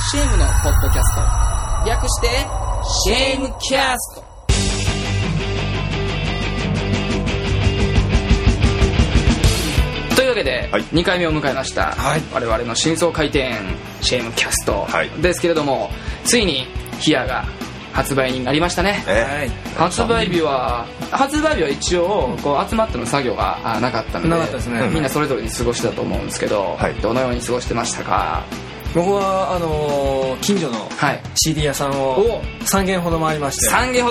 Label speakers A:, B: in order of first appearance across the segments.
A: シェームのポッドキャスト、略してシェームキャスト。というわけで、はい、2回目を迎えました、はい、我々の新装開店シェームキャストですけれども、はい、ついにヒアが発売になりましたね。発売日は一応こう集まっての作業がなかったので、ですね、みんなそれぞれに過ごしてたと思うんですけど、はい、どのように過ごしてましたか？
B: 僕は近所の CD 屋さんを3軒ほど回りまして、
A: はい、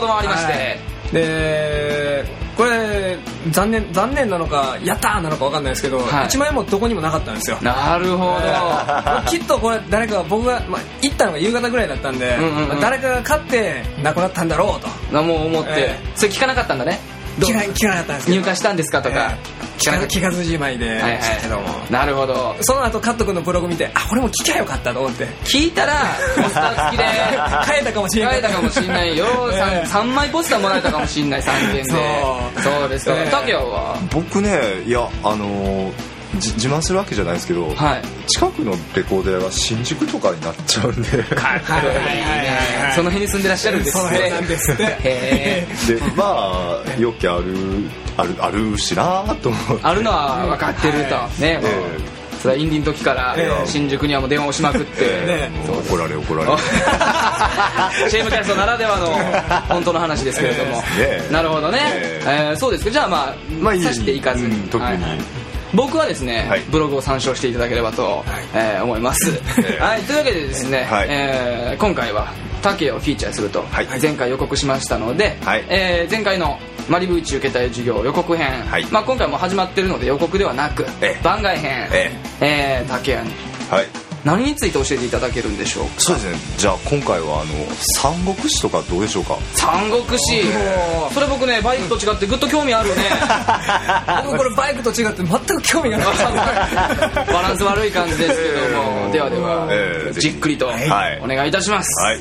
B: でこれ残念なのかやったーなのか分かんないですけど、はい、1万円もどこにもなかったんですよ。
A: なるほど、
B: きっとこれ誰か僕が、行ったのが夕方ぐらいだったんで、誰かが買ってなくなったんだろうと
A: もう思って、それ聞かなかったんだね。
B: 聞かなかったんですけど、
A: 入荷したんですかとか、
B: 聞かずじまいで、
A: なるほど。
B: その後カット君のブログ見て、これも聞きゃよかったと思って、
A: 聞いたらポスター付きで
B: 買えたかもしれない
A: よ。3枚ポスターもらえたかもしれない。3件で。そうですか。竹谷は
C: 僕ね、いや自慢するわけじゃないですけど、はい、近くのレコード屋が新宿とかになっちゃうんで、
A: その辺に住んでらっしゃるんですね。
B: その辺なんですね。
C: でよきあるしなと思って、
A: あるのは分かってると、ね。それはインディの時から新宿にはもう電話をしまくって、
C: 怒られ
A: シェームキャストならではの本当の話ですけれども、なるほどね。そうですか。じゃあさしていかずに、
C: 特に
A: 僕はですね、はい、ブログを参照していただければと、思います、はい、というわけでですね、はい、今回は竹谷をフィーチャーすると、はい、前回予告しましたので、はい、前回のマリブ一受けたい授業予告編、はい、今回も始まってるので予告ではなく、番外編、竹谷に、はい、何について教えていただけるんでしょうか？
C: そうですね、じゃあ今回は三国志とかどうでしょうか？
A: 三国志、それ僕ねバイクと違ってぐっと興味あるね。
B: 僕これバイクと違って全く興味がない。
A: バランス悪い感じですけども、では、じっくりとお願いいたします、はい。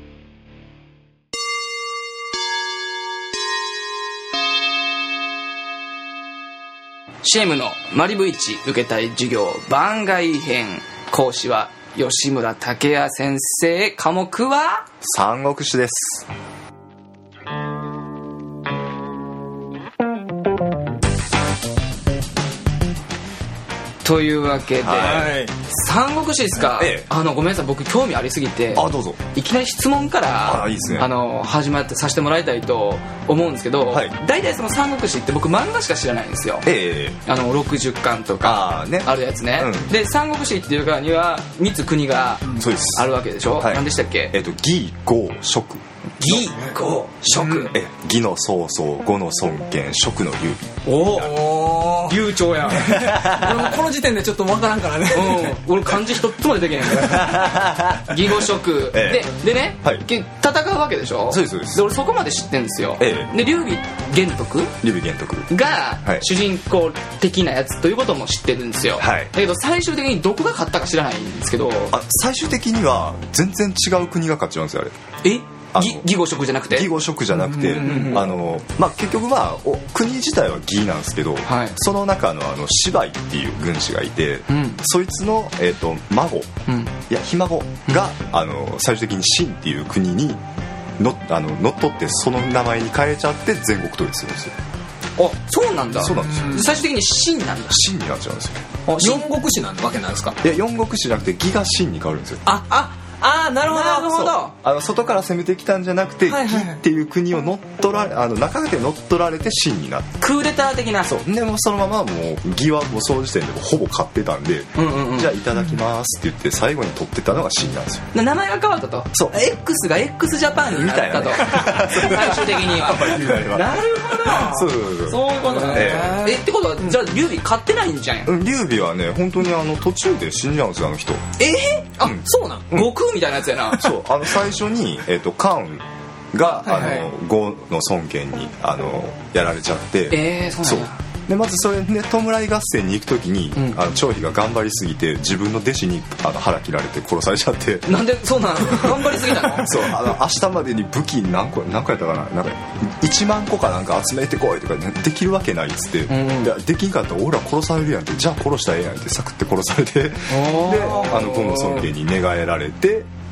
A: シェームのマリブ1受けたい授業番外編、講師は吉村武也先生、科目は
C: 三国志です。
A: というわけで、三国志ですか。ごめんなさい、僕興味ありすぎて、
C: どうぞ。
A: いきなり質問から
C: いいですね、
A: 始まってさせてもらいたいと思うんですけど、大体その三国志って僕漫画しか知らないんですよ。60巻とかあるやつね、で三国志っていうからには3つ国があるわけでしょ。何でしたっけ？
C: 義呉蜀。
A: 義呉蜀、
C: 義の曹操、呉の孫権、蜀の劉備。
A: おお、流暢やん。
B: この時点でちょっと分からんからね。
A: 俺漢字一つも出てけへんから義呉蜀でね、戦うわけでしょ。
C: そうです。
A: で俺そこまで知ってんですよ。で劉備玄徳が主人公的なやつということも知ってるんですよ。だけど最終的にどこが勝ったか知らないんですけど、
C: 最終的には全然違う国が勝っちゃうんですよ、あれ。
A: 義呉蜀じゃなくて、
C: 結局国自体は義なんですけど、その中の芝居っていう軍師がいて、そいつの孫、ひ孫が最終的に秦っていう国に乗っ取って、その名前に変えちゃって全国統一するんですよ。
A: そうなんだ。
C: そうなんですよ。
A: 最終的に秦なんだ。
C: 秦になっちゃうんですよ。
B: 四国志なわけなんですか？
C: いや、四国志じゃなくて義が秦に変わるんですよ。
A: なるほど。
C: 外から攻めてきたんじゃなくて、義っていう国を中で乗っ取られて秦になって、
A: クーデター的な。
C: そうでもそのままもう義はもうその時点でほぼ勝ってたんで、じゃあいただきますって言って最後に取ってたのが秦なんですよ。
A: 名前が変わったと。そう、X が x ジャパンになったと。最終的には。なるほど。そういうことね。ってことはじゃあ劉備勝ってないんじゃん。
C: 劉備はね、本当に途中で死んじゃうんですよ、あの人。
A: そうなん。悟空みたいなやつやな。
C: そう、最初に関羽が呉の孫権にやられちゃって、
A: そうなんだ。
C: でまずそれで弔い合戦に行く時に、張飛が頑張りすぎて自分の弟子に腹切られて殺されちゃって。
A: なんでそうなの？頑張りすぎたの？
C: そう、明日までに武器何個やったかな、なんか1万個かなんか集めてこいとか、できるわけないっつって、できんかったら俺ら殺されるやんって、じゃあ殺したらええやんってサクって殺されて、で呉の孫権に寝返られて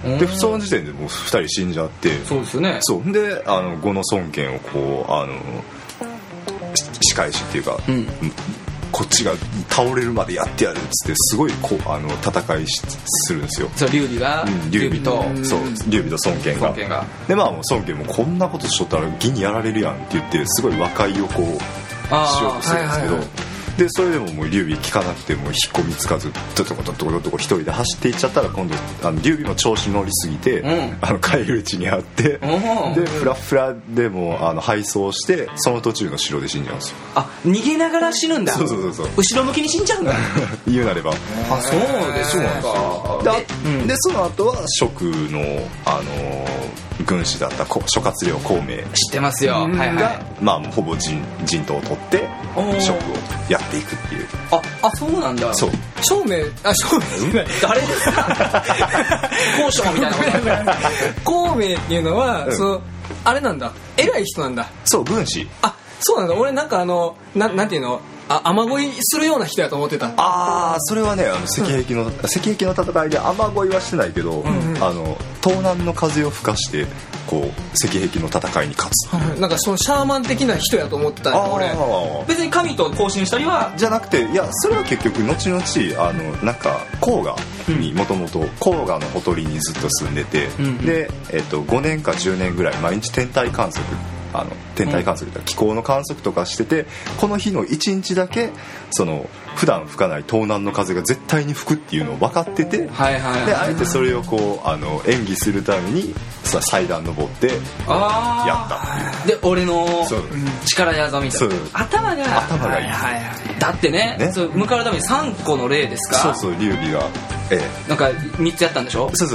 C: でその時点でもう2人死んじゃって、
A: そうですよね。
C: そうで呉の孫権をこう仕返しっていうか、こっちが倒れるまでやってやるっつってすごい戦いするんですよ。
A: そう劉備が、劉備と
C: 孫権がでまあもう孫権もこんなことしとったら義にやられるやんって言ってすごい和解をこうしようとするんですけど、でそれでももう劉備聞かなくても引っ込みつかずどこ一人で走っていっちゃったら今度劉備も調子乗りすぎて、帰る道にあってでフラフラでも敗走してその途中の城で死んじゃうんですよ。
A: 逃げながら死ぬんだ。
C: そう
A: 後ろ向きに死んじゃうんだ
C: 言うなれば。
A: そうですか。
C: でその後は蜀の軍師だった諸葛亮孔明
A: 知ってますよ、
C: がまあほぼ陣頭を取って蜀をやっていくっていう。
A: そうなんだ。
C: そう
B: 正明
A: 誰ですか孔将みたいなこと
B: 孔明っていうのは、あれなんだ、偉い人なんだ。
C: そう軍師。
B: そうなんだ。俺なんかなんていうの、雨乞いするような人やと思ってた。
C: それはね赤壁の戦いで雨乞いはしてないけど、東南の風を吹かしてこう赤壁の戦いに勝つ、
B: なんかそのシャーマン的な人やと思ってたよ俺。
A: 別に神と交信したりは
C: じゃなくて、いやそれは結局後々なんか黄河にもともと黄河のほとりにずっと住んでて、で、5年か10年ぐらい毎日天体観測気候の観測とかしてて、この日の1日だけ普段吹かない東南の風が絶対に吹くっていうのを分かってて、であえてそれをこう演技するために祭壇登ってやったっていう。
A: で俺の力やぞみたいな。頭がいい。だってね向かうために3個の例ですか。
C: そう劉備が
A: なんか3つやったんでしょ。
C: そう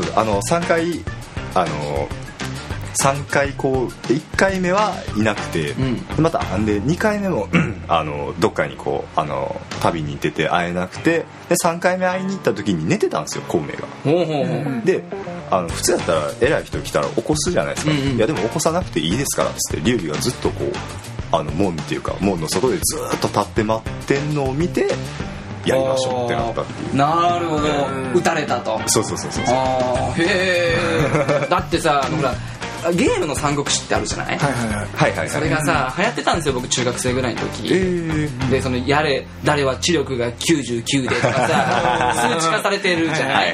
C: 3回こう1回目はいなくて、またで2回目もどっかにこう旅に出て会えなくて、で3回目会いに行った時に寝てたんですよ孔明が。で普通やったら偉い人来たら起こすじゃないですか。いやでも起こさなくていいですからっつって劉備がずっとこう門っていうか門の外でずっと立って待ってんのを見てやりましょうってなったっていう。
A: なるほど。撃たれたと。
C: そう
A: へえ。だってさほらゲームの三国志ってあるじゃない。それがさ流行ってたんですよ僕中学生ぐらいの時、で誰は知力が99でとかさ数値化されてるじゃない。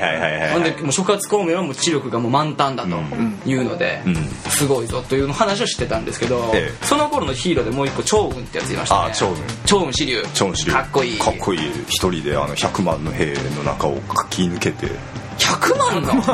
A: ほんでもう諸葛孔明はもう知力がもう満タンだというので、すごいぞというの話をしてたんですけど、その頃のヒーローでもう一個趙雲ってやついましたね。趙雲子竜かっこいい
C: 一人で100万の兵の中を駆け抜けて。
A: 100万の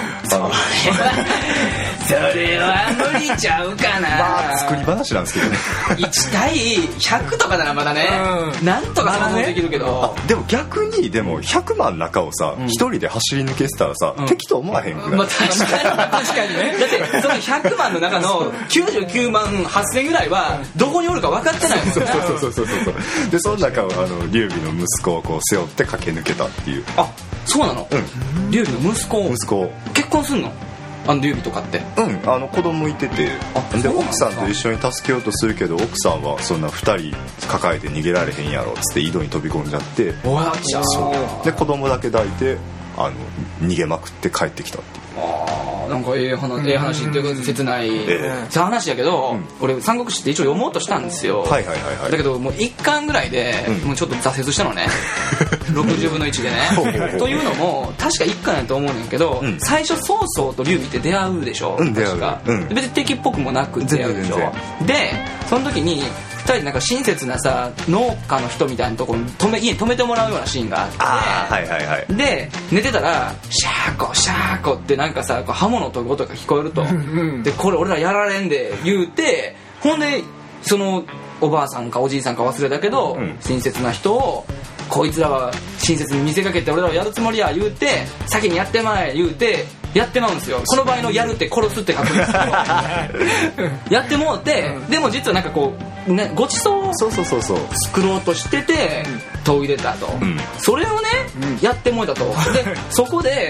A: それは無理ちゃうかな。
C: 作り話なんですけどね。
A: 1対100とかならまだね、なんとか想像できるけど、
C: でも逆に100万の中をさ一人で走り抜けてたらさ敵と思わへんくない。
A: 確かにね。だってその100万の中の99万8000ぐらいはどこにおるか分かってないもんね。
C: そうでその中を劉備の息子をこう背負って駆け抜けたっていう。
A: そうなの。劉備の息子結婚すんの劉備とかって。
C: 子供いてて、で奥さんと一緒に助けようとするけど奥さんはそんな2人抱えて逃げられへんやろっつって井戸に飛び込んじゃって、で子供だけ抱いて逃げまくって帰ってきたっていう。
A: なんかええ話っていうか切ない話だけど、俺三国志って一応読もうとしたんですよ。だけどもう1巻ぐらいでもうちょっと挫折したのね。60分の1でね。というのも確か1巻やと思うねんけど、最初曹操と劉備って出会うでしょ。確か別に敵っぽくもなく出会うでしょ。でその時に2人なんか親切なさ農家の人みたいなところに家に泊めてもらうようなシーンがあって、で寝てたらシャーコシャーコってなんかさ刃物と音が聞こえると。でこれ俺らやられんで言うて、ほんでそのおばあさんかおじいさんか忘れたけど、親切な人をこいつらは親切に見せかけて俺らをやるつもりや言うて先にやってまえ言うてやってまうんですよ。この場合のやるって殺すって書くんですけどやってもうて、でも実はなんかこう、ね、ごちそうを作ろうとしてて戸を入れたと、それをね、やってもうたと。でそこで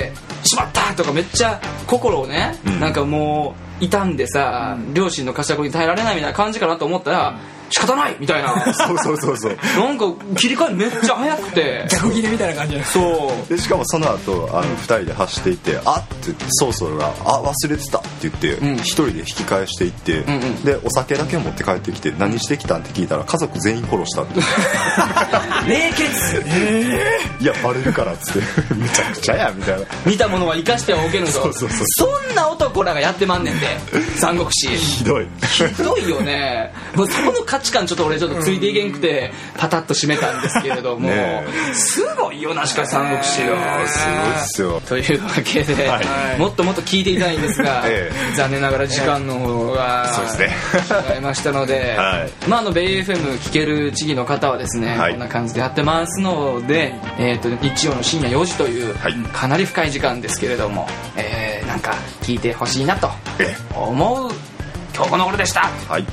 A: しまったとかめっちゃ心をね、なんかもう傷んでさ、両親の呵責に耐えられないみたいな感じかなと思ったら、仕方ないみたいな
C: そう
A: なんか切り替えめっちゃ早くて
B: 逆切れみたいな感じで、
A: そう
C: でしかもその後2人で走っていて、あって言ってソーソルが忘れてたって言って1人で引き返していって、でお酒だけ持って帰ってきて、何してきたんって聞いたら家族全員殺したって
A: 冷血
C: いやバレるからっつってめちゃくちゃやみたいな、
A: 見たものは生かしてはおけぬぞ。そんな男らがやってまんねんで三国志
C: ひどい
A: よね。もうそこの価値観ちょっと俺ちょっとついていけんくてパタッと締めたんですけれども、すごいよな、しかし三国志は
C: すごいっすよ。
A: というわけで、もっともっと聞いていたいんですが、残念ながら時間の方が違いましたので、まあベイ FM 聞ける地域の方はですね、こんな感じでやってますので、日曜の深夜4時というかなり深い時間ですけれども、なんか聞いてほしいなと思う今日この頃でした。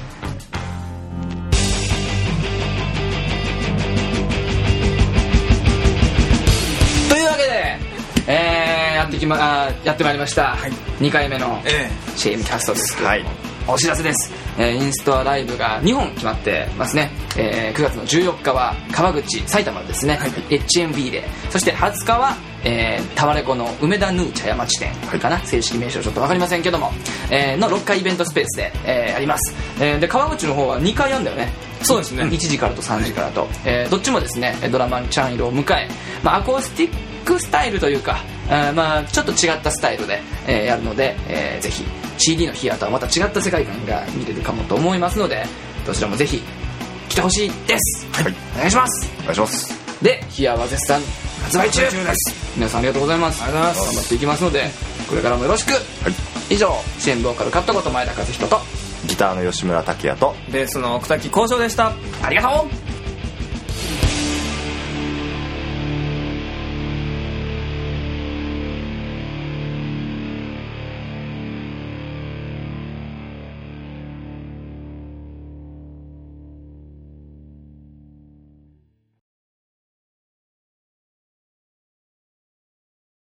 A: というわけで、やってまいりました、2回目のシェイムキャストですけども、お知らせです。インストアライブが2本決まってますね。9月の14日は川口、埼玉ですね、HMB で、そして20日はタワレコの梅田ヌー茶屋町店かな、正式名称ちょっと分かりませんけども、の6階イベントスペースで、あります。で川口の方は2回やんだよね。
B: そうですね、
A: 1時からと3時からと、どっちもですねドラマンチャンイルを迎え、アコースティックスタイルというか、ちょっと違ったスタイルで、やるので、ぜひ CD の日とはまた違った世界観が見れるかもと思いますので、どちらもぜひ来てほしいです。お願いします。
C: お願いします。
A: でヒアは絶賛発売中です。皆さんありがとうございます。頑張っていきますので、これからもよろしく。以上、支援ボーカルカットこと前田和人と、
C: ギターの吉村拓也と、
B: ベースの奥滝幸翔でした。
A: ありがとう。